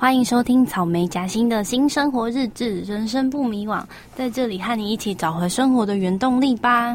欢迎收听草莓夹心的新生活日志，人生不迷惘，在这里和你一起找回生活的原动力吧。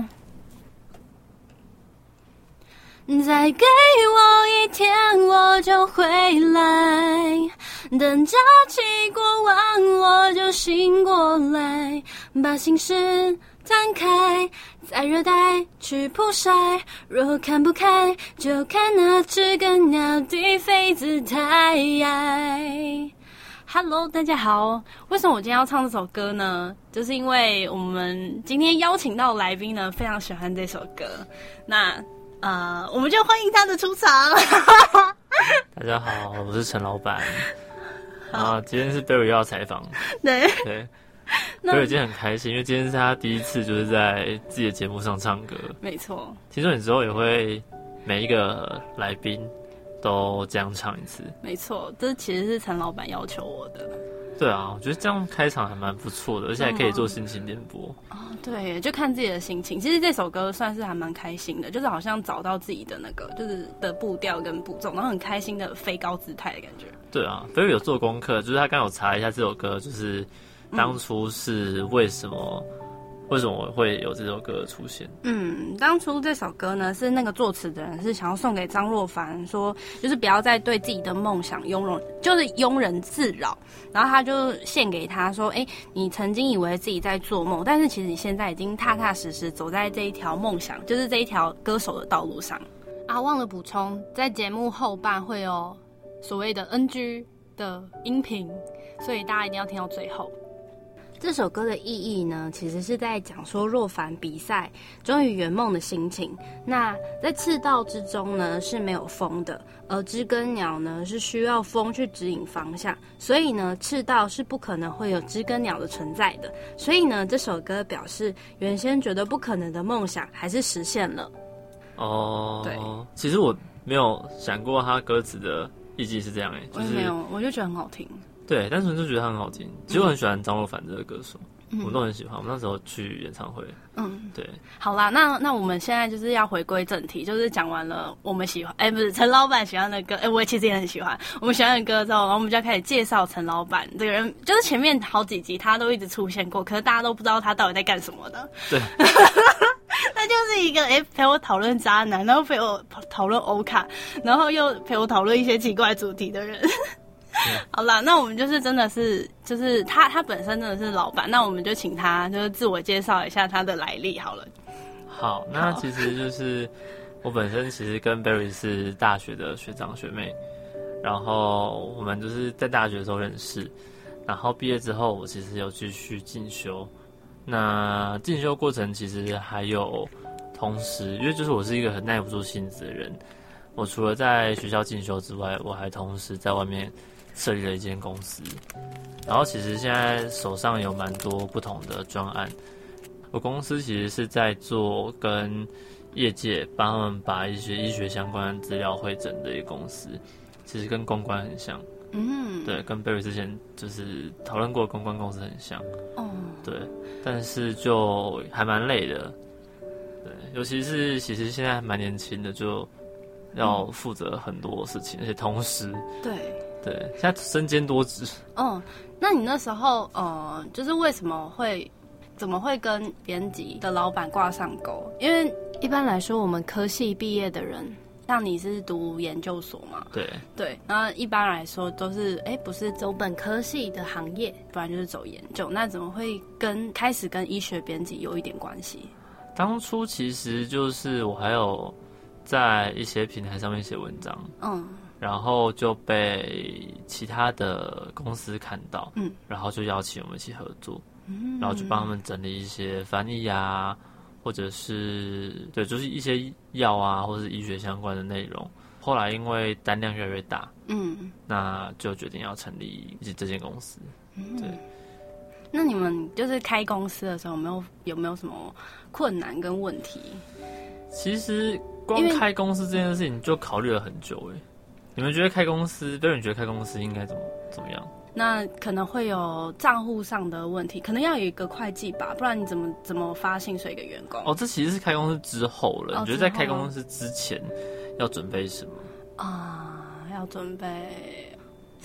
再给我一天，我就回来，等假期过完，我就醒过来，把心事摊开，在热带去曝晒，若看不开，就看那只跟鸟低飞姿态。Hello， 大家好。为什么我今天要唱这首歌呢？就是因为我们今天邀请到来宾呢，非常喜欢这首歌。那我们就欢迎他的出场。 大家好，我是陈老板。今天是 Berry 要采访。对。Berry 今天很开心，因为今天是他第一次就是在自己的节目上唱歌。 没错。 听说你之后也会每一个来宾都这样唱一次。 没错，这其实是陈老板要求我的。 对啊，我觉得这样开场还蛮不错的，而且还可以做心情点播。 对，就看自己的心情。其实这首歌算是还蛮开心的，就是好像找到自己的那个就是的步调跟步骤，然后很开心的飞高姿态的感觉。对啊，Berry 有做功课，就是他刚有查一下这首歌，就是当初是为什么会有这首歌的出现？ 当初这首歌呢，是那个作词的人是想要送给张若凡，说就是不要再对自己的梦想庸人自扰，然后他就献给他说，你曾经以为自己在做梦，但是其实你现在已经踏踏实实走在这一条梦想，就是这一条歌手的道路上。忘了补充，在节目后半会有所谓的 NG 的音频，所以大家一定要听到最后。这首歌的意义呢，其实是在讲说若凡比赛终于圆梦的心情。那在赤道之中呢是没有风的，而知更鸟呢是需要风去指引方向，所以呢赤道是不可能会有知更鸟的存在的。所以呢这首歌表示原先觉得不可能的梦想还是实现了。对， 其实我没有想过他歌词的意境是这样我也没有，我就觉得很好听。 对，单纯就觉得他很好听。其实我很喜欢张若凡这个歌手，我们都很喜欢。我们那时候去演唱会，对。好啦，那我们现在就是要回归正题，就是讲完了我们喜欢，不是陈老板喜欢的歌，我其实也很喜欢我们喜欢的歌之后，然后我们就要开始介绍陈老板这个人。就是前面好几集他都一直出现过，可是大家都不知道他到底在干什么的。 对。 他就是一个陪我讨论渣男，然后陪我讨论欧卡，然后又陪我讨论一些奇怪主题的人。好啦，那我们就是真的是，就是他本身真的是老板，那我们就请他就是自我介绍一下他的来历好了。 好，那其实就是我本身其实跟 Berry 是大学的学长学妹，然后我们就是在大学的时候认识，然后毕业之后我其实有继续进修。那进修过程其实还有同时，因为就是我是一个很耐不住性子的人，我除了在学校进修之外，我还同时在外面设立了一间公司，然后其实现在手上有蛮多不同的专案。我公司其实是在做跟业界帮他们把一些医学相关的资料汇整的一个公司，其实跟公关很像。对，跟 Berry 之前就是讨论过的公关公司很像。对，但是就还蛮累的。对，尤其是其实现在还蛮年轻的，就要负责很多事情，而且同时对，现在身兼多职。 那你那时候就是怎么会跟编辑的老板挂上钩？因为一般来说，我们科系毕业的人，像你是读研究所嘛？对，然后一般来说都是不是走本科系的行业，不然就是走研究。那怎么会开始跟医学编辑有一点关系？ 当初其实就是我还有在一些平台上面写文章，然后就被其他的公司看到，然后就邀请我们一起合作，然后就帮他们整理一些翻译啊，或者是就是一些药啊，或者是医学相关的内容。后来因为单量越来越大，那就决定要成立这间公司。对。 那你们就是开公司的时候有没有什么困难跟问题？ 其实光开公司这件事情就考虑了很久。你们觉得开公司，Berry觉得开公司应该怎么样？ 那可能会有账户上的问题，可能要有一个会计吧，不然你怎么发薪水给员工？ 这其实是开公司之后了。你觉得在开公司之前要准备什么？ 要准备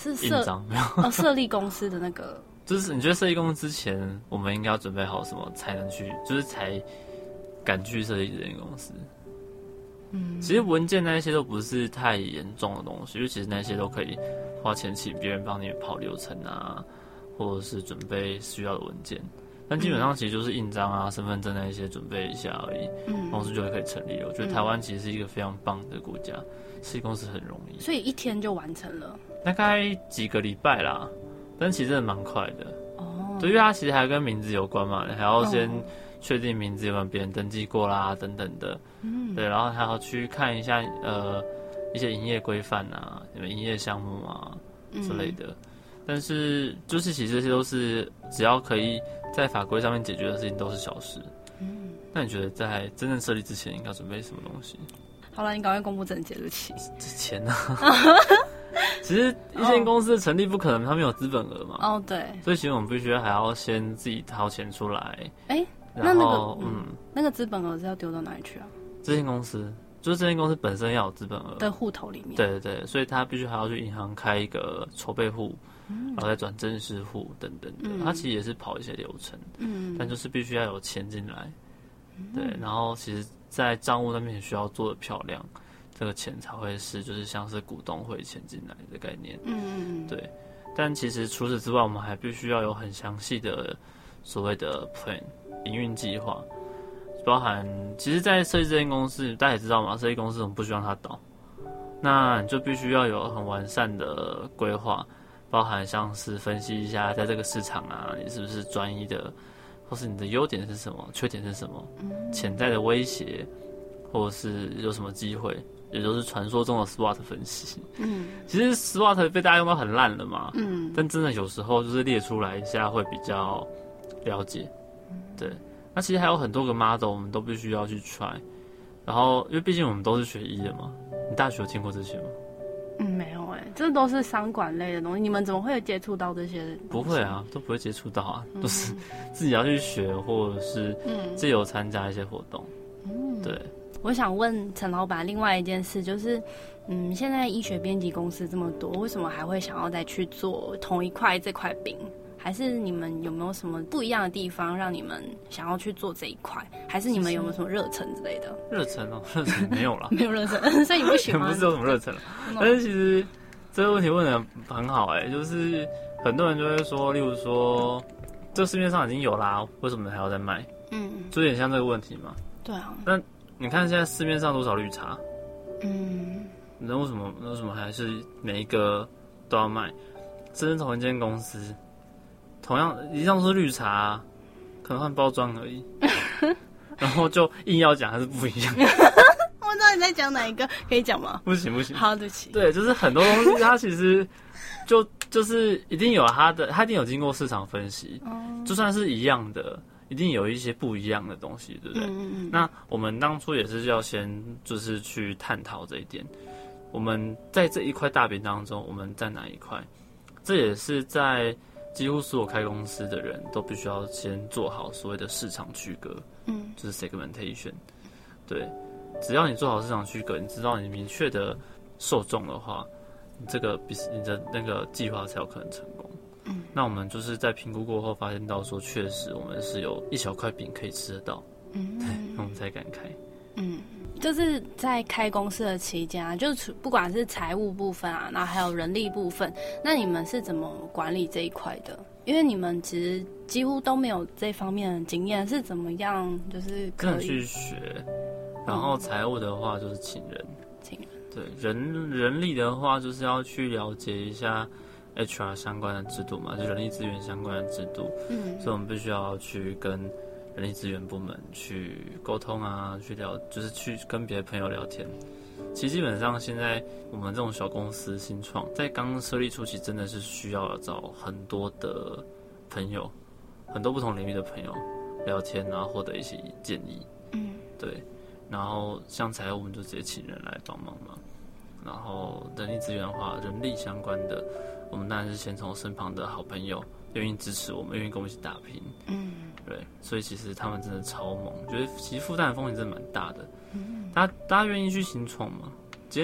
是印章没有设立公司的那个。 就是你觉得设立公司之前，我们应该要准备好什么才能去，就是才敢去设立这间公司？其实文件那些都不是太严重的东西，因为其实那些都可以花钱请别人帮你跑流程啊，或者是准备需要的文件。但基本上其实就是印章啊、身份证那一些准备一下而已，公司就可以成立了。我觉得台湾其实是一个非常棒的国家，设立公司很容易， 所以一天就完成了， 大概几个礼拜啦。但其实真的蛮快的哦，对，因为它其实还跟名字有关嘛，你还要先确定名字有没有别人登记过啦，等等的，对，然后还要去看一下一些营业规范啊、营业项目啊之类的。但是就是其实这些都是只要可以在法规上面解决的事情都是小事。那你觉得在真正设立之前应该准备什么东西？ 好了，你赶快公布证件，对不起。 钱啊。其实一间公司的成立不可能它没有资本额嘛。 哦，对。 所以其实我们必须还要先自己掏钱出来。 那那个资本额是要丢到哪里去啊？ 这间公司就是这间公司本身要有资本额的户头里面。 对对对，所以他必须还要去银行开一个筹备户，然后再转正式户等等的。他其实也是跑一些流程，但就是必须要有钱进来。对，然后其实，在账务那边也需要做的漂亮，这个钱才会是就是像是股东会钱进来的概念。对。但其实除此之外，我们还必须要有很详细的所谓的 plan 营运计划，包含其实，在设计这间公司，大家也知道嘛，设计公司我们不希望它倒，那你就必须要有很完善的规划，包含像是分析一下在这个市场啊，你是不是专一的。或是你的优点是什么，缺点是什么，潜在的威胁，或者是有什么机会，也就是传说中的 SWOT 分析。其实 SWOT 被大家用到很烂了嘛，但真的有时候就是列出来一下会比较了解。对，那其实还有很多个 model 我们都必须要去 try， 然后因为毕竟我们都是学医的嘛，你大学有听过这些吗？ 没有这都是商管类的东西，你们怎么会有接触到这些？ 不会啊，都不会接触到啊，都是自己要去学，或者是自己有参加一些活动。对。 我想问陈老板另外一件事，就是现在医学编辑公司这么多，为什么还会想要再去做同一块这块饼？还是你们有没有什么不一样的地方让你们想要去做这一块？还是你们有没有什么热忱之类的？ 热忱热忱没有啦。 没有热忱，所以你不喜欢？ 不是有什么热忱但是其实这个问题问得很好就是很多人就会说，例如说这市面上已经有啦，为什么还要再卖？就有点像这个问题嘛。 对啊。 那你看现在市面上多少绿茶？那为什么还是每一个都要卖？甚至同一间公司。同样一样都是绿茶，可能换包装而已，然后就硬要讲还是不一样。 我知道你在讲哪一个，可以讲吗？ 不行。 好，对不起。 对，就是很多东西它其实就是一定有它一定有经过市场分析，就算是一样的，一定有一些不一样的东西，对不对？那我们当初也是要先就是去探讨这一点，我们在这一块大饼当中，我们在哪一块？这也是在。几乎所有开公司的人都必须要先做好所谓的市场区隔，就是 segmentation。对，只要你做好市场区隔，你知道你明确的受众的话，你的那个计划才有可能成功。那我们就是在评估过后发现到说，确实我们是有一小块饼可以吃得到，对，我们才敢开。 就是在开公司的期间啊，就是不管是财务部分啊，然后还有人力部分，那你们是怎么管理这一块的？因为你们其实几乎都没有这方面的经验，是怎么样就是可以去学？然后财务的话就是请人，对，人力的话就是要去了解一下 HR 相关的制度嘛，就人力资源相关的制度。所以我们必须要去跟人力资源部门去沟通啊，就是去跟别的朋友聊天。其实基本上现在我们这种小公司新创，在刚设立初期，真的是需要找很多的朋友，很多不同领域的朋友聊天，然后获得一些建议。对。然后像财务，我们就直接请人来帮忙嘛。然后人力资源的话，人力相关的，我们当然是先从身旁的好朋友愿意支持我们，愿意跟我们一起打拼。对，所以其实他们真的超猛，觉得其实负担的风险真的蛮大的。大家愿意去新创吗？今天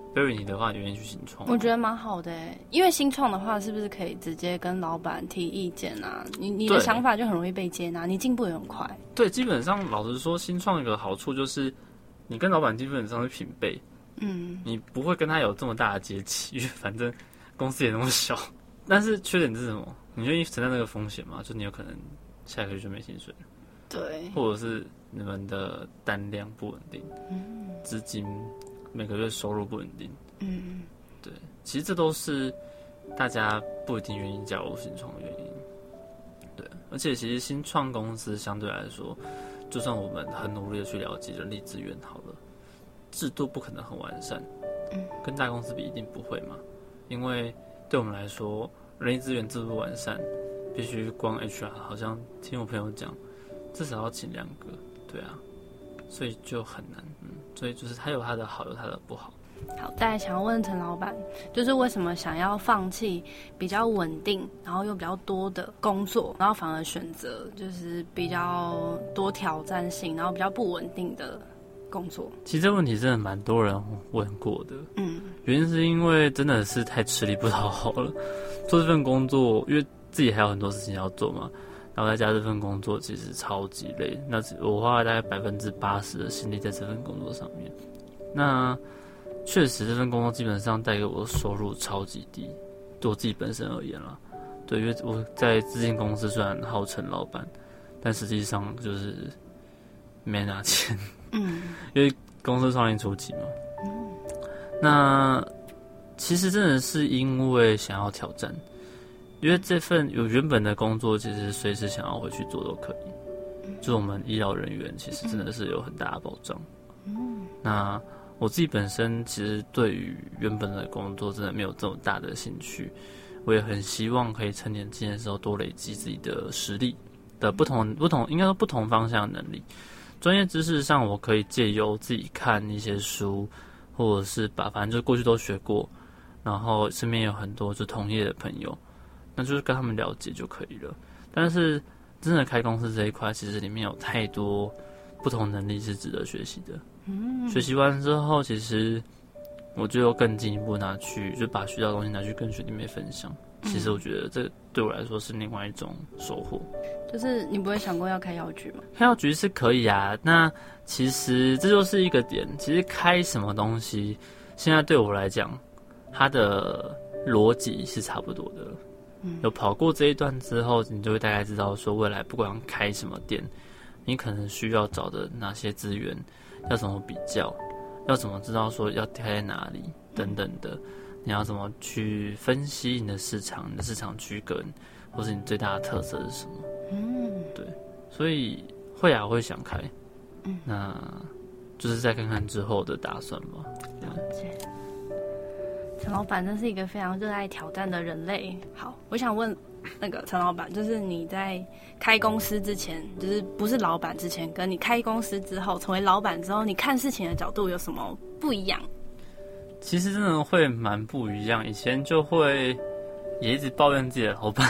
Berry 你的话，你愿意去新创吗？ 我觉得蛮好的因为新创的话，是不是可以直接跟老板提意见啊？你的想法就很容易被接纳，你进步也很快。 对，基本上老实说，新创有个好处就是，你跟老板基本上是平辈，你不会跟他有这么大的阶级，因为反正公司也那么小。但是缺点是什么？你愿意承担那个风险吗？就你有可能下个月就没薪水了， 对， 或者是你们的单量不稳定，资金每个月收入不稳定，对，其实这都是大家不一定愿意加入新创的原因。对，而且其实新创公司相对来说，就算我们很努力的去了解人力资源好了，制度不可能很完善，跟大公司比一定不会嘛，因为对我们来说，人力资源制度完善，必须光 HR 好像听我朋友讲，至少要请2个，对啊，所以就很难，所以就是它有它的好，有它的不好。 好，再来想要问陈老板，就是为什么想要放弃比较稳定，然后又比较多的工作，然后反而选择就是比较多挑战性，然后比较不稳定的工作？ 其实这问题真的蛮多人问过的，原因是因为真的是太吃力不讨好了。做这份工作，因为自己还有很多事情要做嘛，然后再加这份工作其实超级累。那我花了大概80%的心力在这份工作上面。那确实这份工作基本上带给我的收入超级低，对我自己本身而言啦。对，因为我在资金公司虽然号称老板，但实际上就是没拿钱。因为公司创立初期嘛。那其实真的是因为想要挑战，因为这份有原本的工作，其实随时想要回去做都可以。就我们医疗人员其实真的是有很大的保障。那我自己本身其实对于原本的工作真的没有这么大的兴趣，我也很希望可以趁年轻的时候多累积自己的实力的不同，应该说不同方向的能力。专业知识上，我可以借由自己看一些书，或者是反正就过去都学过，然后身边有很多就同业的朋友，那就是跟他们了解就可以了。但是真的开公司这一块，其实里面有太多不同能力是值得学习的。学习完之后，其实我就更进一步拿去，就把学到的东西拿去跟学弟妹分享。其实我觉得这对我来说是另外一种收获。 就是你不会想过要开药局吗？ 开药局是可以啊，那其实这就是一个点。其实开什么东西，现在对我来讲，它的逻辑是差不多的了。有跑过这一段之后，你就会大概知道说，未来不管开什么店，你可能需要找的哪些资源，要怎么比较，要怎么知道说要开在哪里等等的。你要怎么去分析你的市场，你的市场区隔，或是你最大的特色是什么？对，所以会想开，那就是再看看之后的打算吧。 了解。陈老板真是一个非常热爱挑战的人类。好，我想问那个陈老板，就是你在开公司之前，就是不是老板之前，跟你开公司之后，成为老板之后，你看事情的角度有什么不一样？ 其实真的会蛮不一样，以前就会也一直抱怨自己的老板，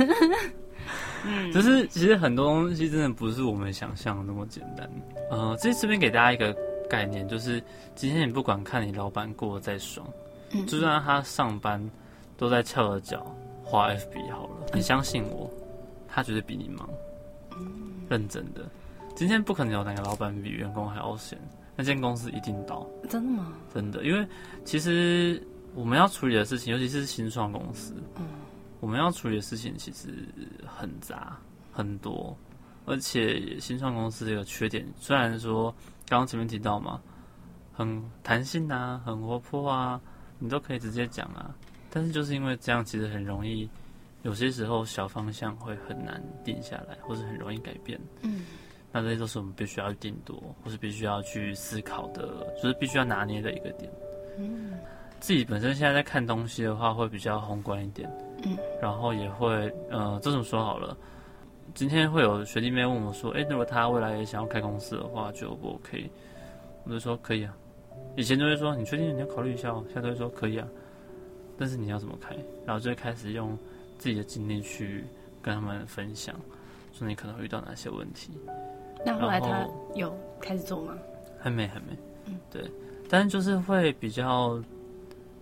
就是其实很多东西真的不是我们想象的那么简单。这边给大家一个概念，就是今天你不管看你老板过得再爽，就算他上班都在翘着脚滑 FB 好了，你相信我，他绝对比你忙，认真的。今天不可能有哪个老板比员工还要闲。那间公司一定倒。 真的吗？ 真的，因为其实我们要处理的事情，尤其是新创公司，我们要处理的事情其实很杂很多，而且新创公司这个缺点，虽然说刚刚前面提到嘛，很弹性啊，很活泼啊，你都可以直接讲啊，但是就是因为这样，其实很容易，有些时候小方向会很难定下来，或是很容易改变。那这些都是我们必须要定夺，或是必须要去思考的，就是必须要拿捏的一个点。自己本身现在在看东西的话，会比较宏观一点。然后也会这么说好了，今天会有学弟妹问我说，如果他未来也想要开公司的话，就不 OK？我就说可以啊。以前就会说你确定你要考虑一下哦，现在都会说可以啊。但是你要怎么开？然后就会开始用自己的经历去跟他们分享，说你可能会遇到哪些问题。 那后来他有开始做吗？ 还没。对，但是就是会比较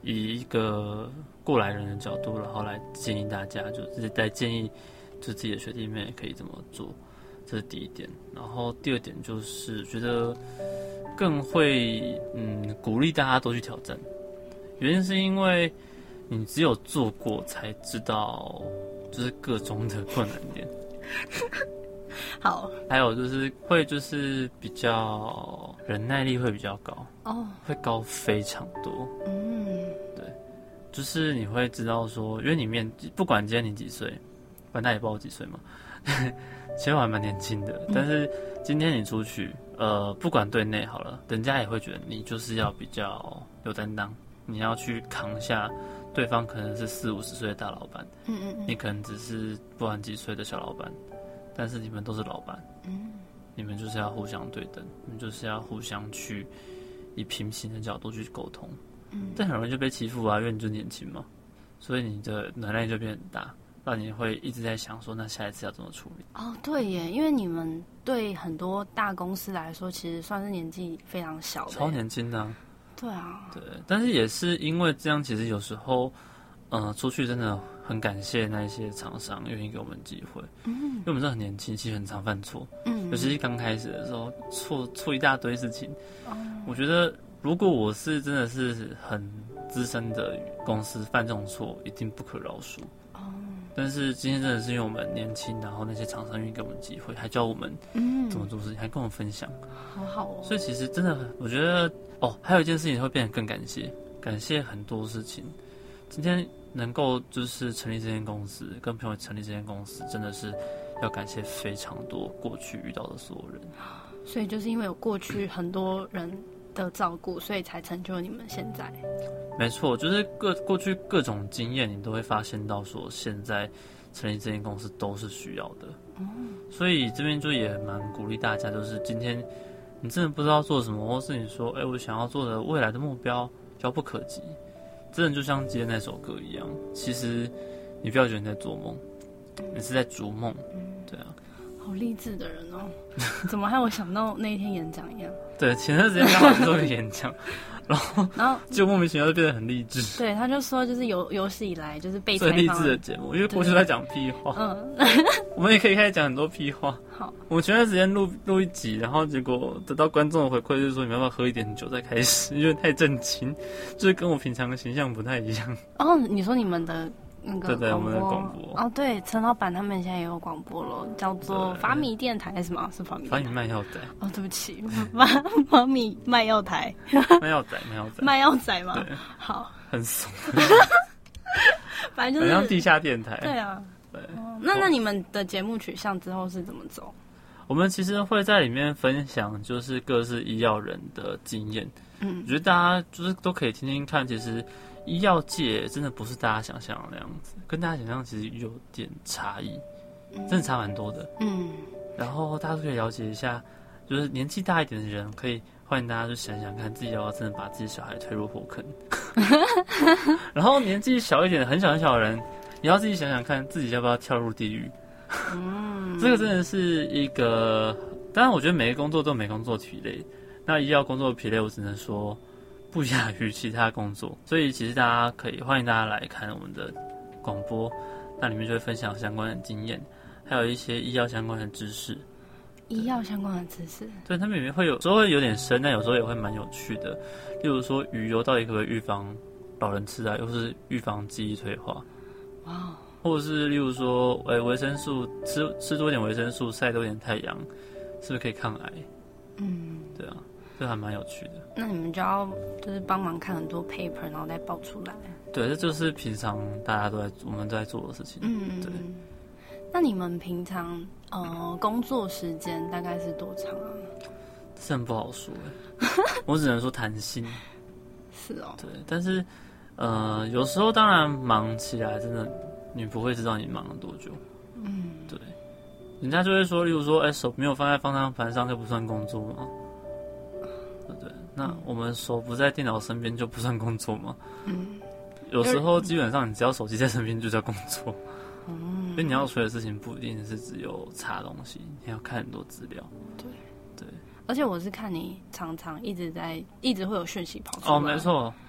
以一个过来人的角度，然后来建议大家，就是在建议就自己的学弟妹可以这么做，这是第一点。然后第二点就是觉得更会鼓励大家都去挑战，原因是因为你只有做过才知道就是各种的困难点。 好， 还有就是会就是比较忍耐力会比较高哦， 会高非常多。对，就是你会知道说，因为里面不管今天你几岁，反正他也不知道我几岁嘛，其实我还蛮年轻的。但是今天你出去，不管对内好了，人家也会觉得你就是要比较有担当，你要去扛下对方可能是40-50岁的大老板，你可能只是不管几岁的小老板。但是你们都是老板，你们就是要互相对等，你们就是要互相去以平行的角度去沟通，这很容易就被欺负啊，因为你就年轻嘛，所以你的能量就变很大，让你会一直在想说，那下一次要怎么处理？ 哦，对耶，因为你们对很多大公司来说，其实算是年纪非常小的， 超年轻的对啊， 对，但是也是因为这样，其实有时候，出去真的很感谢那一些厂商愿意给我们机会，因为我们真的很年轻，其实很常犯错，尤其是刚开始的时候，错一大堆事情。我觉得如果我是真的是很资深的公司犯这种错，一定不可饶恕。但是今天真的是因为我们年轻，然后那些厂商愿意给我们机会，还教我们怎么做事情，还跟我们分享， 好好哦。 所以其实真的，我觉得还有一件事情会变得更感谢很多事情。今天能够就是成立这间公司，跟朋友成立这间公司，真的是要感谢非常多过去遇到的所有人。 所以就是因为有过去很多人的照顾，所以才成就你们现在。 没错，就是过去各种经验，你都会发现到说，现在成立这间公司都是需要的。所以这边就也蛮鼓励大家，就是今天你真的不知道做什么，或是你说，我想要做的未来的目标遥不可及，真的就像今天那首歌一样，其实你不要觉得你在做梦，你是在逐梦。对啊， 好励志的人哦，怎么害我想到那一天演讲一样？ 对，前段时间刚好去做个演讲，然后就莫名其妙就变得很励志。 对，他就说就是有史以来就是被最励志的节目，因为过去都在讲屁话，我们也可以开始讲很多屁话。 好， 我们前段时间录一集，然后结果得到观众的回馈，就是说你们要不要喝一点酒再开始，因为太震惊，就是跟我平常的形象不太一样。 哦，你说你们的那个对，我们的广播哦，对，陈老板他们现在也有广播了，叫做法米电台是吗？是法米卖药仔。 哦，对不起，法米卖药台。 卖药仔。 卖药仔吗？ 对， 好， 很怂。 反正就是很像地下电台。 对啊。 对， 那你们的节目取向之后是怎么走？ 我们其实会在里面分享，就是各式医药人的经验。我觉得大家就是都可以听听看，其实医药界真的不是大家想象的那样子，跟大家想象其实有点差异，真的差蛮多的。然后大家都可以了解一下，就是年纪大一点的人，可以欢迎大家去想想看，自己要不要真的把自己小孩推入火坑。然后年纪小一点的，很小的人，你要自己想想看，自己要不要跳入地狱。这个真的是一个，当然我觉得每个工作都有每个工作疲累，那医药工作的疲累，我只能说不亚于其他工作，所以其实大家可以欢迎大家来看我们的广播，那里面就会分享相关的经验，还有一些医药相关的知识。 医药相关的知识， 对，他们里面会有时候会有点深，但有时候也会蛮有趣的。例如说，鱼油到底可不可以预防老人痴呆，又是预防记忆退化？ 哇！ 或者是例如说，维生素吃多一点维生素，晒多一点太阳，是不是可以抗癌？对啊，这还蛮有趣的。 那你们就要就是帮忙看很多 paper， 然后再报出来。 对，这就是平常大家我们都在做的事情。对。 那你们平常工作时间大概是多长啊？ 这很不好说我只能说弹性。 是哦。对， 但是有时候当然忙起来，真的你不会知道你忙了多久。对。人家就会说，例如说，手没有放在方向盘上就不算工作吗？对不对？那我们手不在电脑身边就不算工作吗？有时候基本上你只要手机在身边就叫工作。所以你要处理的事情不一定是只有查东西，你要看很多资料。对。 而且我是看你常常一直会有讯息跑出来。 没错。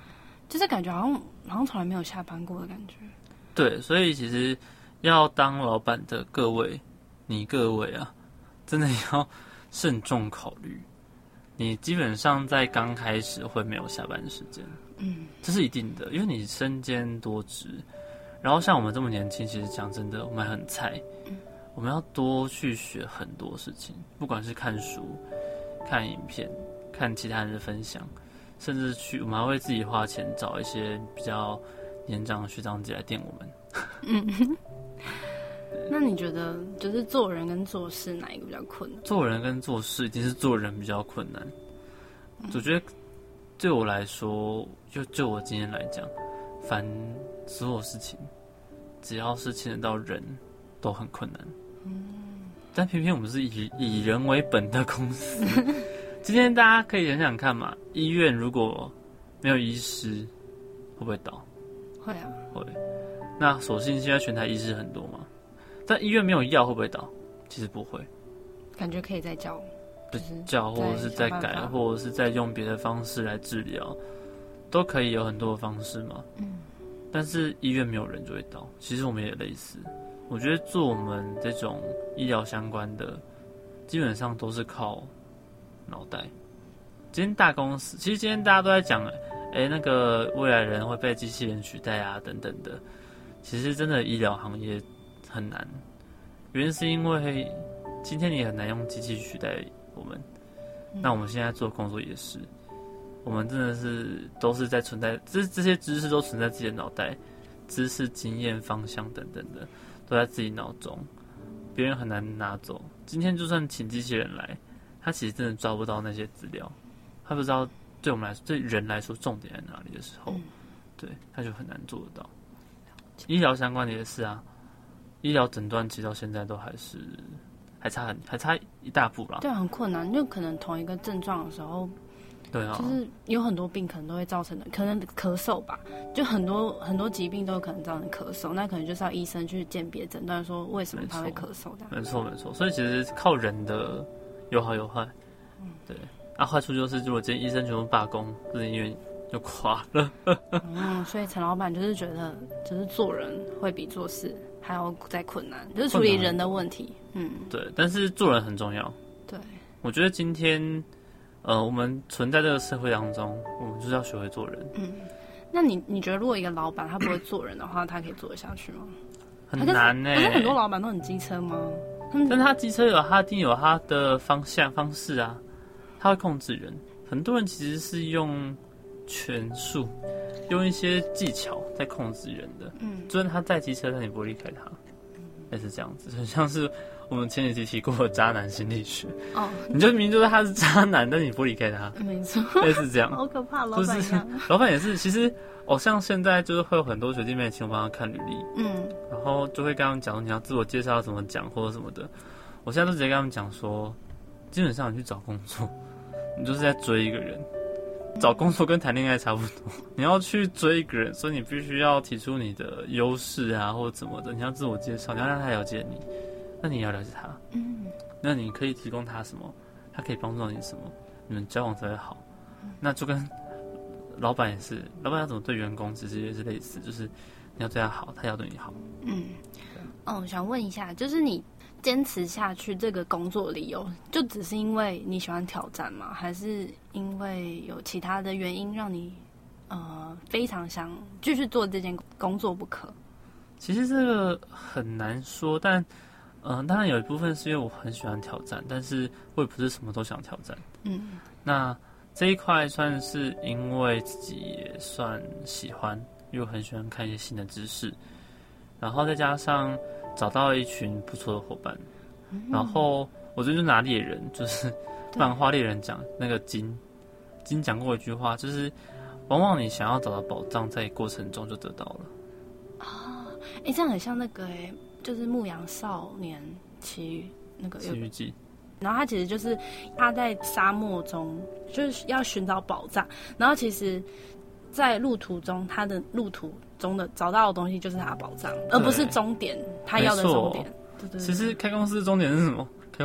就是感觉好像从来没有下班过的感觉。 对，所以其实要当老板的各位啊，真的要慎重考虑。你基本上在刚开始会没有下班时间，这是一定的，因为你身兼多职。然后像我们这么年轻，其实讲真的，我们还很菜，我们要多去学很多事情，不管是看书、看影片、看其他人的分享，甚至我们还会自己花钱找一些比较年长的学长姐来电我们。 那你觉得就是做人跟做事哪一个比较困难？ 做人跟做事一定是做人比较困难。我觉得对我来说，就我今天来讲，凡所有事情只要是牵扯到人都很困难。但偏偏我们是以人为本的公司。今天大家可以想想看嘛，医院如果没有医师，会不会倒？ 会啊， 会。那所幸现在全台医师很多嘛，但医院没有药会不会倒？其实不会， 感觉可以再叫， 叫或者是再改，或者是再用别的方式来治疗，都可以有很多的方式嘛。但是医院没有人就会倒，其实我们也类似。我觉得做我们这种医疗相关的，基本上都是靠脑袋。今天大公司，其实今天大家都在讲，那个未来人会被机器人取代啊，等等的。其实真的医疗行业很难，原因是因为今天你很难用机器取代我们。那我们现在做工作也是，我们真的是都是在存在，这些知识都存在自己的脑袋，知识、经验、方向等等的，都在自己脑中，别人很难拿走。今天就算请机器人来，他其实真的抓不到那些资料，他不知道对我们来说，对人来说重点在哪里的时候，对，他就很难做得到。医疗相关的也是啊，医疗诊断其实到现在都还差一大步啦。 对，很困难，就可能同一个症状的时候， 对啊， 就是有很多病可能都会造成的，可能咳嗽吧，就很多疾病都有可能造成咳嗽，那可能就是要医生去鉴别诊断说为什么他会咳嗽的。 没错，所以其实靠人的有好有坏，对。坏处就是如果今天医生全部罢工，这医院就垮了。 所以陈老板就是觉得，就是做人会比做事还要再困难，就是处理人的问题。 对，但是做人很重要。 对， 我觉得今天，我们存在这个社会当中，我们就是要学会做人。 那你觉得，如果一个老板他不会做人的话，他可以做得下去吗？ 很难呢。 可是很多老板都很机车吗？ 但他机车一定有他的方式啊，他会控制人。很多人其实是用权术，用一些技巧在控制人的。就算他在机车，但你不会离开他，类似这样子，很像是我们前几期提过的渣男心理学。你就明明就是他是渣男，但是你不离开他， 没错， 类似这样。 好可怕，老板一样。 老板也是，其实像现在就是会有很多学弟妹请我帮他看履历，然后就会跟他们讲你要自我介绍怎么讲或者什么的。我现在都直接跟他们讲说，基本上你去找工作，你就是在追一个人。找工作跟谈恋爱差不多，你要去追一个人，所以你必须要提出你的优势啊，或者怎么的，你要自我介绍，你要让他了解你，那你也要了解他，那你可以提供他什么，他可以帮助到你什么，你们交往才会好。那就跟老板也是，老板要怎么对员工，其实也是类似，就是你要对他好，他也要对你好。 想问一下，就是你坚持下去这个工作理由，就只是因为你喜欢挑战吗？还是因为有其他的原因让你非常想继续做这件工作不可？ 其实这个很难说，但当然有一部分是因为我很喜欢挑战，但是我也不是什么都想挑战。那这一块算是因为自己也算喜欢，因为我很喜欢看一些新的知识，然后再加上找到一群不错的伙伴，然后我这就拿猎人，就是漫画猎人讲那个金讲过一句话，就是往往你想要找到宝藏，在过程中就得到了。 这样很像那个就是《牧羊少年奇遇记》。 然后他其实就是他在沙漠中就是要寻找宝藏，然后其实在路途中他的路途中的找到的东西就是他的宝藏，而不是终点他要的终点。对， 其实开公司的终点是什么？开公司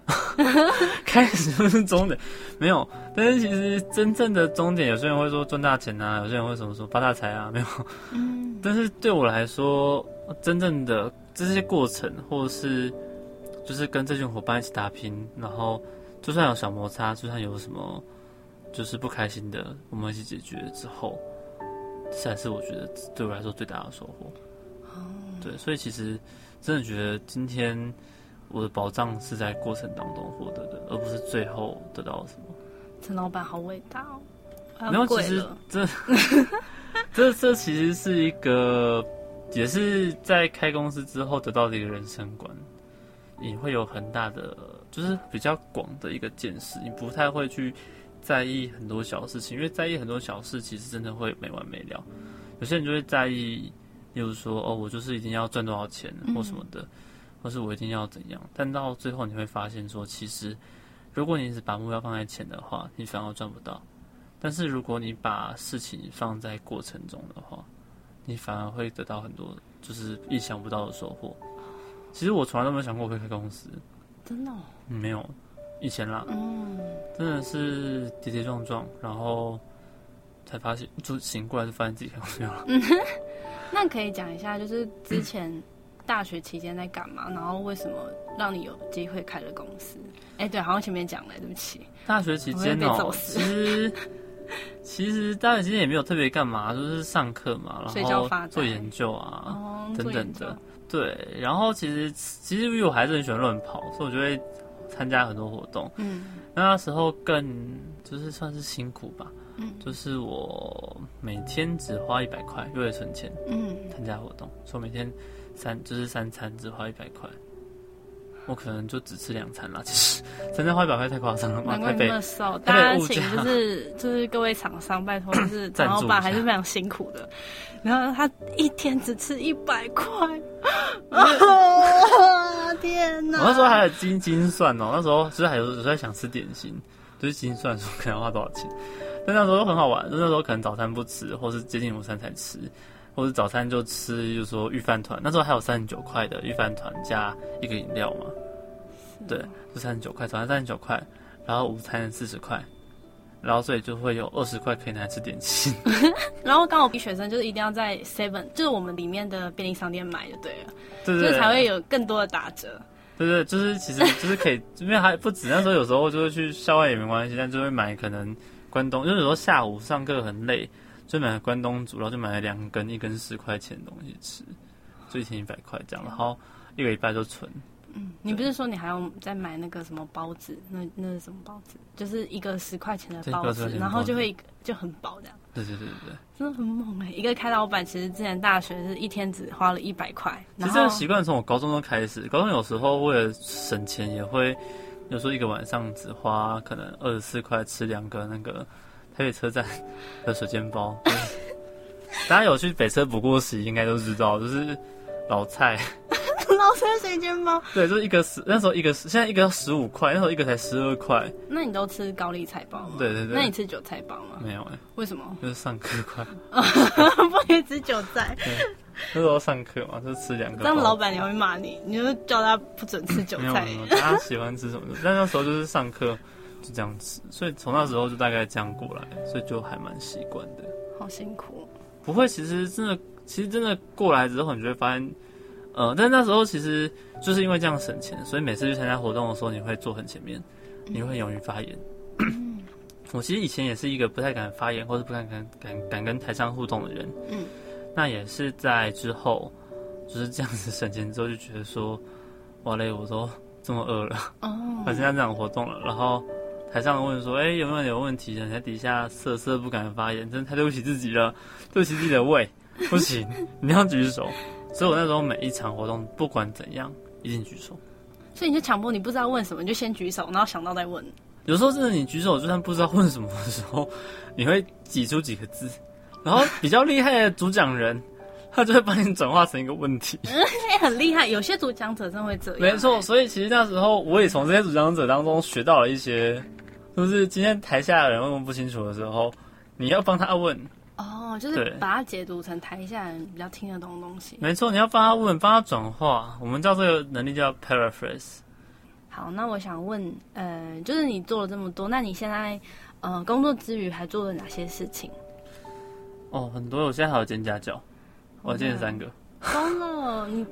开始就是终点，没有。但是其实真正的终点，有些人会说赚大钱啊，有些人会什么说发大财啊，没有。但是对我来说，真正的这些过程，或者是就是跟这群伙伴一起打拼，然后就算有小摩擦，就算有什么就是不开心的，我们一起解决之后，这才是我觉得对我来说最大的收获。对，所以其实真的觉得今天我的宝藏是在过程当中获得的，而不是最后得到什么。 陈老板好伟大哦！ 没有，其实这其实是一个，也是在开公司之后得到的一个人生观。你会有很大的，就是比较广的一个见识，你不太会去在意很多小事情，因为在意很多小事，其实真的会没完没了。有些人就会在意，例如说，我就是一定要赚多少钱或什么的，或是我一定要怎样。但到最后你会发现说，其实如果你只把目标放在钱的话，你反而赚不到。但是如果你把事情放在过程中的话，你反而会得到很多就是意想不到的收获。其实我从来都没有想过我会开公司， 真的没有，以前啦，真的是跌跌撞撞，然后才发现，就醒过来就发现自己开公司了。 那可以讲一下，就是之前大学期间在干嘛，然后为什么让你有机会开了公司？对，好像前面讲了，对不起。 大学期间其实大学期间也没有特别干嘛，就是上课嘛，然后做研究啊，等等的。对，然后其实因为我还是很喜欢乱跑，所以我就会参加很多活动。那时候更就是算是辛苦吧。就是我每天只花100块，为了存钱，参加活动，所以每天三餐只花100块。我可能就只吃2餐啦，其实3餐花100块太夸张了嘛。 难怪你那么瘦，大家请就是各位厂商拜托，就是陈老板还是非常辛苦的。然后他一天只吃100块，天哪！ 我那时候还有精算哦，那时候就是还有在想吃点心，就是精算说可能要花多少钱。但那时候都很好玩，那时候可能早餐不吃，或是接近午餐才吃，或是早餐就吃，就是说御饭团。那时候还有39块的御饭团加一个饮料嘛，对，就39块，早餐39块，然后午餐40块，然后所以就会有20块可以拿来吃点心。 然后刚好学生就是一定要在 Seven， 就是我们里面的便利商店买就对了， 对， 就是才会有更多的打折。 对，就是其实就是可以，因为还不止，那时候有时候就会去校外也没关系，但就会买可能关东，就是有时候下午上课很累，就买了关东煮，然后就买了2根，1根10块钱的东西吃，就一天100块这样，然后1个礼拜就存。 你不是说你还要再买那个什么包子？那是什么包子？就是一个10块钱的包子，然后就很饱这样。 对， 真的很猛一个开老板，其实之前大学是一天只花了100块。 其实这个习惯从我高中就开始，高中有时候为了省钱也会，有时候一个晚上只花可能24块吃2个那个台北车站的水煎包。大家有去北车补过习应该都知道，就是老菜。 老菜水煎包， 对，就是那时候一个现在一个要15块，那时候一个才12块。 那你都吃高丽菜包吗？ 对。 那你吃韭菜包吗？ 没有为什么？ 就是上课快。 不可以吃韭菜。 那时候上课嘛，就吃2个。 这样老板娘会骂你，你就叫他不准吃韭菜。 没有，大家喜欢吃什么的。但那时候就是上课就这样吃，所以从那时候就大概这样过来，所以就还蛮习惯的。 好辛苦。 不会，其实真的过来之后，你就会发现。但是那时候其实就是因为这样省钱，所以每次去参加活动的时候，你会坐很前面，你会勇于发言。我其实以前也是一个不太敢发言，或是不敢跟台上互动的人。那也是在之后就是这样子省钱之后，就觉得说，哇嘞，我都这么饿了，来参加这场活动了，然后台上问说，有没有问题？你在底下瑟不敢发言，真的太对不起自己了，对不起自己的胃，不行，你要举手。所以我那时候每一场活动不管怎样一定举手， 所以你就强迫你不知道问什么你就先举手，然后想到再问。 有时候真的你举手就算不知道问什么的时候，你会挤出几个字，然后比较厉害的主讲人他就会把你转化成一个问题。 很厉害，有些主讲者真的会这样。 没错，所以其实那时候我也从这些主讲者当中学到了一些，就是今天台下的人问不清楚的时候，你要帮他问。 就是把它解读成台下人比较听得懂的东西。 没错，你要帮他问，帮他转化。我们叫这个能力叫 paraphrase。 好，那我想问，就是你做了这么多，那你现在工作之余还做了哪些事情？ 哦，很多，我现在还有兼家教，我兼3个。 疯了，你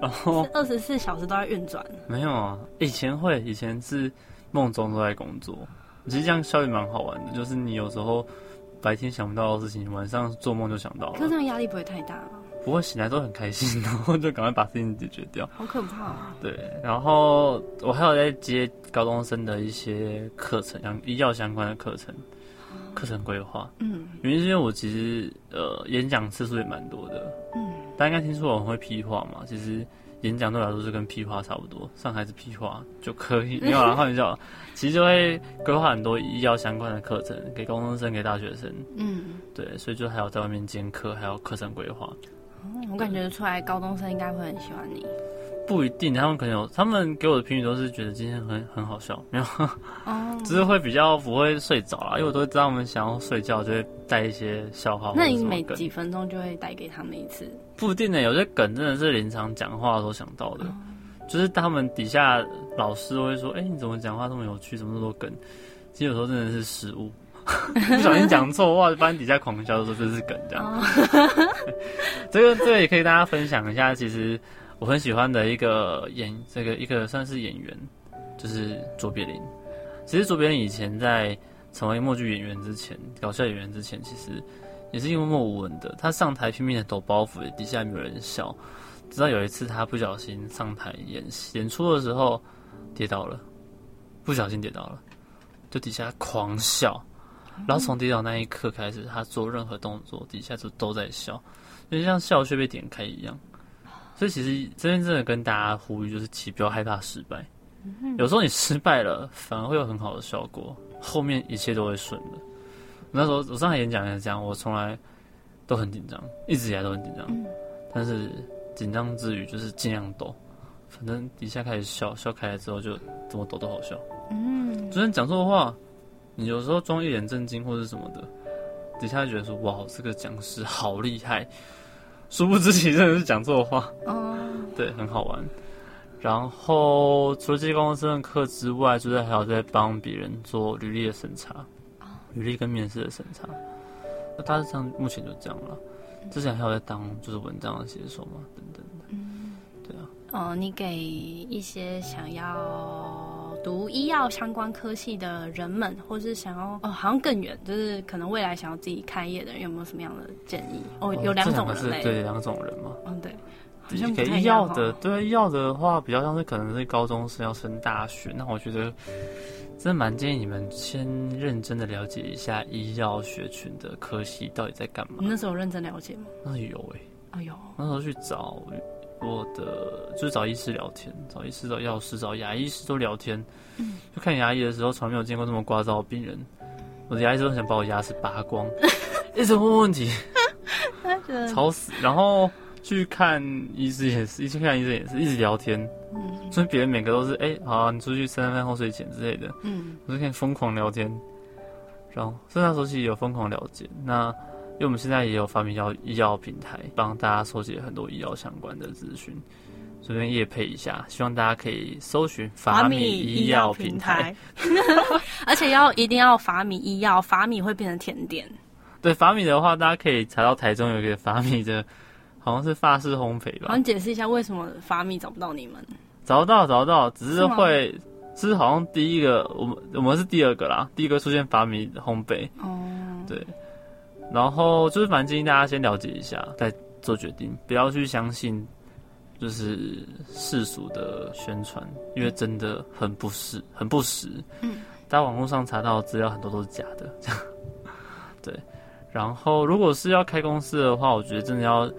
24小时都在运转？ 没有啊，以前是梦中都在工作。其实这样效率蛮好玩的，就是你有时候白天想不到的事情，晚上做梦就想到了。 可是这样压力不会太大吗？ 不会，醒来都很开心，然后就赶快把事情解决掉。 好可怕啊！ 对，然后我还有在接高中生的一些课程，像医药相关的课程规划。原因是因为我其实演讲次数也蛮多的。大家应该听说我很会屁话嘛，其实演讲对我来说是跟屁话差不多，上台是屁话就可以，没有啦，开玩笑。其实就会规划很多医药相关的课程给高中生、给大学生。对，所以就还有在外面兼课，还有课程规划。 我感觉出来高中生应该会很喜欢你。 不一定，他们可能有，他们给我的评语都是觉得今天很好笑，没有，只是会比较不会睡着啦，因为我都知道他们想要睡觉，就会带一些笑话。 那你每几分钟就会带给他们一次？ 不一定呢，有些梗真的是临场讲话的时候想到的，就是他们底下老师会说：“你怎么讲话这么有趣，怎么那么多梗？”其实有时候真的是失误。不小心讲错话，就把你底下狂笑说这是梗这样。这个也可以大家分享一下。其实我很喜欢的一个一个算是演员，就是卓别林。其实卓别林以前在成为默剧演员之前，搞笑演员之前，其实也是默默无闻的。他上台拼命的抖包袱，底下没有人笑。直到有一次他不小心上台演出的时候跌倒了，不小心跌倒了，就底下狂笑。然后从跌倒那一刻开始，他做任何动作，底下就都在笑，就像笑穴被点开一样。所以其实这边真的跟大家呼吁，就是其实不要害怕失败。有时候你失败了，反而会有很好的效果，后面一切都会顺的。那时候我上台演讲也是这样，我从来都很紧张，一直以来都很紧张，但是紧张之余就是尽量抖，反正底下开始笑开来之后，就怎么抖都好笑。就算讲错话，你有时候装一脸震惊或者什么的，底下就觉得说哇，这个讲师好厉害，殊不知其实真的是讲错话。对，很好玩。然后除了这些高中生的课之外，就是还有在帮别人做履历的审查，履历跟面试的审查。那大致上目前就这样了。之前还有在当就是文章的写手嘛，等等的。对啊。 你给一些想要读医药相关科系的人们，或是想要好像更远，就是可能未来想要自己开业的人，有没有什么样的建议？有两种人类， 对，两种人嘛。 对。 给医药的，对医药的话，比较像是可能是高中生要升大学，那我觉得真的蛮建议你们先认真的了解一下医药学群的科系到底在干嘛。 你那时候有認真了解吗？ 那有有。 那时候去找就是找医师聊天，找医师、找药师、找牙医师都聊天。就看牙医的时候，从来没有见过这么聒噪的病人。我的牙医都很想把我牙齿拔光，一直问问题，吵死。然后去看医师也是，一直聊天。所以别人每个都是好啊，你出去吃饭后睡前之类的。我就可以疯狂聊天。然后所以那时候其实有疯狂了解。那因为我们现在也有发明医药平台，帮大家收集很多医药相关的资讯，这边业配一下，希望大家可以搜寻法米医药平台， 而且一定要法米医药，法米会变成甜点。 对，法米的话，大家可以查到台中有一个法米的，好像是法式烘焙吧。 好，你解释一下为什么法米找不到你们？ 找到，只是会是好像第一个，我们是第二个啦，第一个出现法米烘焙。对。然后就是蛮建议大家先了解一下，再做决定，不要去相信就是世俗的宣传，因为真的很不实。大家网络上查到的资料很多都是假的，这样。对。然后如果是要开公司的话，我觉得真的要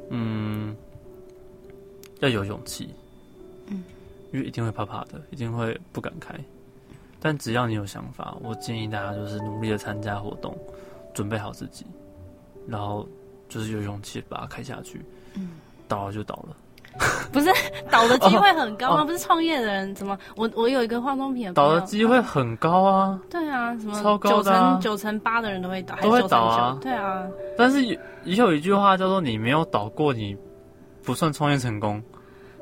有勇气，因为一定会怕怕的，一定会不敢开。但只要你有想法，我建议大家就是努力的参加活动。准备好自己，然后就是有勇气把它开下去。倒了就倒了， 不是倒的机会很高吗？不是创业的人怎么？我有一个化妆品的朋友， 倒的机会很高啊。 对啊，什么超高的啊 9成8的人都会倒， 都会倒啊。 对啊， 但是也有一句话叫做“你没有倒过，你不算创业成功”。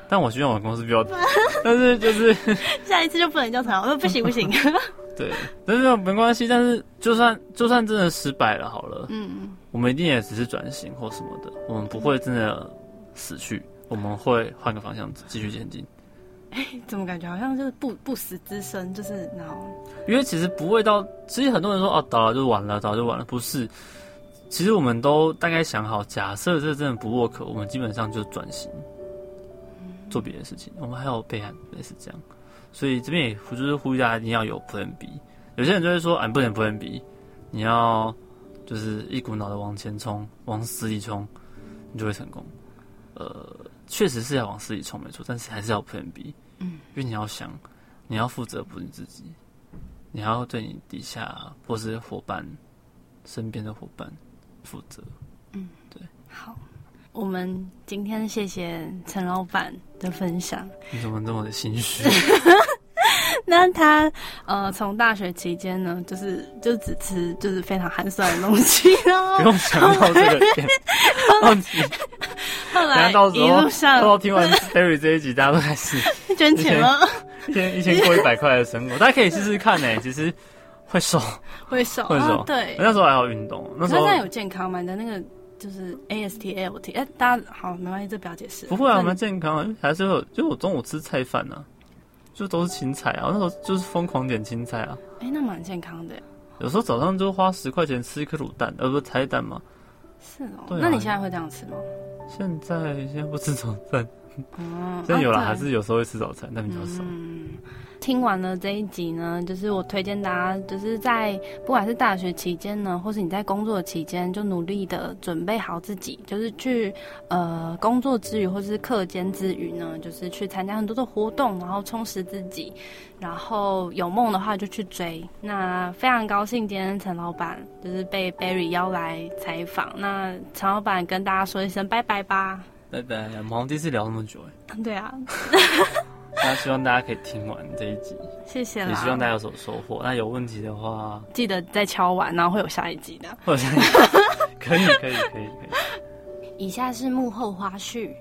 但我希望我的公司不要，但是就是下一次就不能叫陈老，不行不行。 对，但是没关系。但是就算真的失败了好了，我们一定也只是转型或什么的，我们不会真的死去，我们会换个方向继续前进。 怎么感觉好像就是不死之身，就是然后， 因为其实不会到，其实很多人说哦倒了就完了，倒了就完了，不是。其实我们都大概想好，假设这真的不work，我们基本上就转型，做别的事情。我们还有备案，类似这样。所以这边也就是呼吁大家一定要有 Plan B。有些人就会说，你不能 Plan B， 你要就是一股脑的往前冲，往死里冲，你就会成功。确实是要往死里冲，没错，但是还是要 Plan B。因为你要想，你要负责不是你自己，你还要对你底下或是伙伴、身边的伙伴负责。对。 好，我们今天谢谢陈老板的分享。 你怎么这么的心虚？ 那他从大学期间呢，就只吃就是非常寒酸的东西，然后不用想到这个点，忘记。 后来到时候一路上， 到时候听完 Barry 这一集，大家都开始捐钱吗？ 一天过100块的生活，大家可以试试看其实会瘦， 会瘦。对， 那时候还要运动，那时候现在有健康吗？你的那个就是 AST、ALT，大家好，没关系，这不要解释。 不会啊，蛮健康啊，还是有，就我中午吃菜饭啊，就都是青菜啊，那时候就是疯狂点青菜啊。 那蛮健康的。 有时候早上就花10块钱吃一颗卤蛋，不是茶叶蛋吗？ 是哦。 对啊， 那你现在会这样吃吗？ 现在不吃早餐。现在有啦，还是有时候会吃早餐，但比较少。 听完了这一集呢，就是我推荐大家，就是在不管是大学期间呢，或是你在工作期间，就努力的准备好自己，就是去工作之余或是课间之余呢，就是去参加很多的活动，然后充实自己，然后有梦的话就去追。那非常高兴今天陈老板就是被 Barry 邀来采访，那陈老板跟大家说一声拜拜吧。 拜拜，我们好像第一次聊那么久对啊。 那希望大家可以听完这一集， 谢谢啦， 也希望大家有所收获。那有问题的话， 记得再敲完，然后会有下一集的。 会有下一集，可以。 以下是幕后花絮。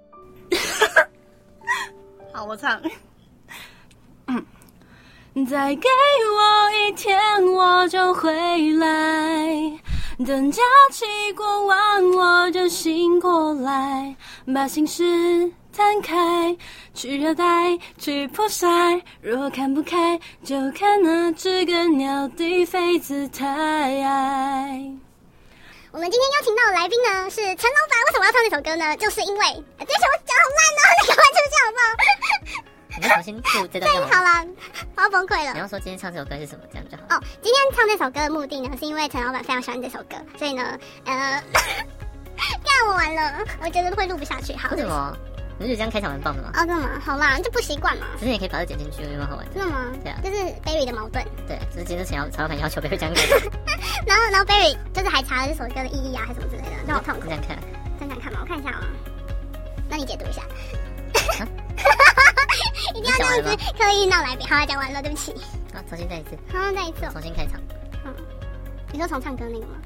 好，我唱。再给我一天，我就回来。等假期过完，我就醒过来，把心事摊开，去热带，去破晒。若看不开，就看那只个鸟低飞姿态。 我们今天邀请到的来宾呢是陈老板。为什么要唱这首歌呢？就是因为这首我讲好烂哦，你赶快出去好不好？ 你就重新录这段就好了，我要崩溃了。 你要说今天唱这首歌是什么，这样就好。 今天唱这首歌的目的呢，是因为陈老板非常喜欢这首歌，所以呢，干我完了，我觉得会录不下去。好， 为什么？你不觉得这样开场蛮棒的吗？ 真的吗？好啦，就不习惯嘛。 只是你可以把它剪进去，有没有好玩？ 真的吗？ 对啊， 就是 Barry 的矛盾。 对，就是今天陈老板要求 Barry 这样改。 然后 Barry 就是还查了这首歌的意义啊，还是什么之类的，让我痛苦。 你想看？ 真想看吗？我看一下啊。那你解读一下。一定要这样子刻意闹来宾。好，讲完了，对不起。 好，重新再一次。 好，再一次。 重新开场。 你说从唱歌那个吗？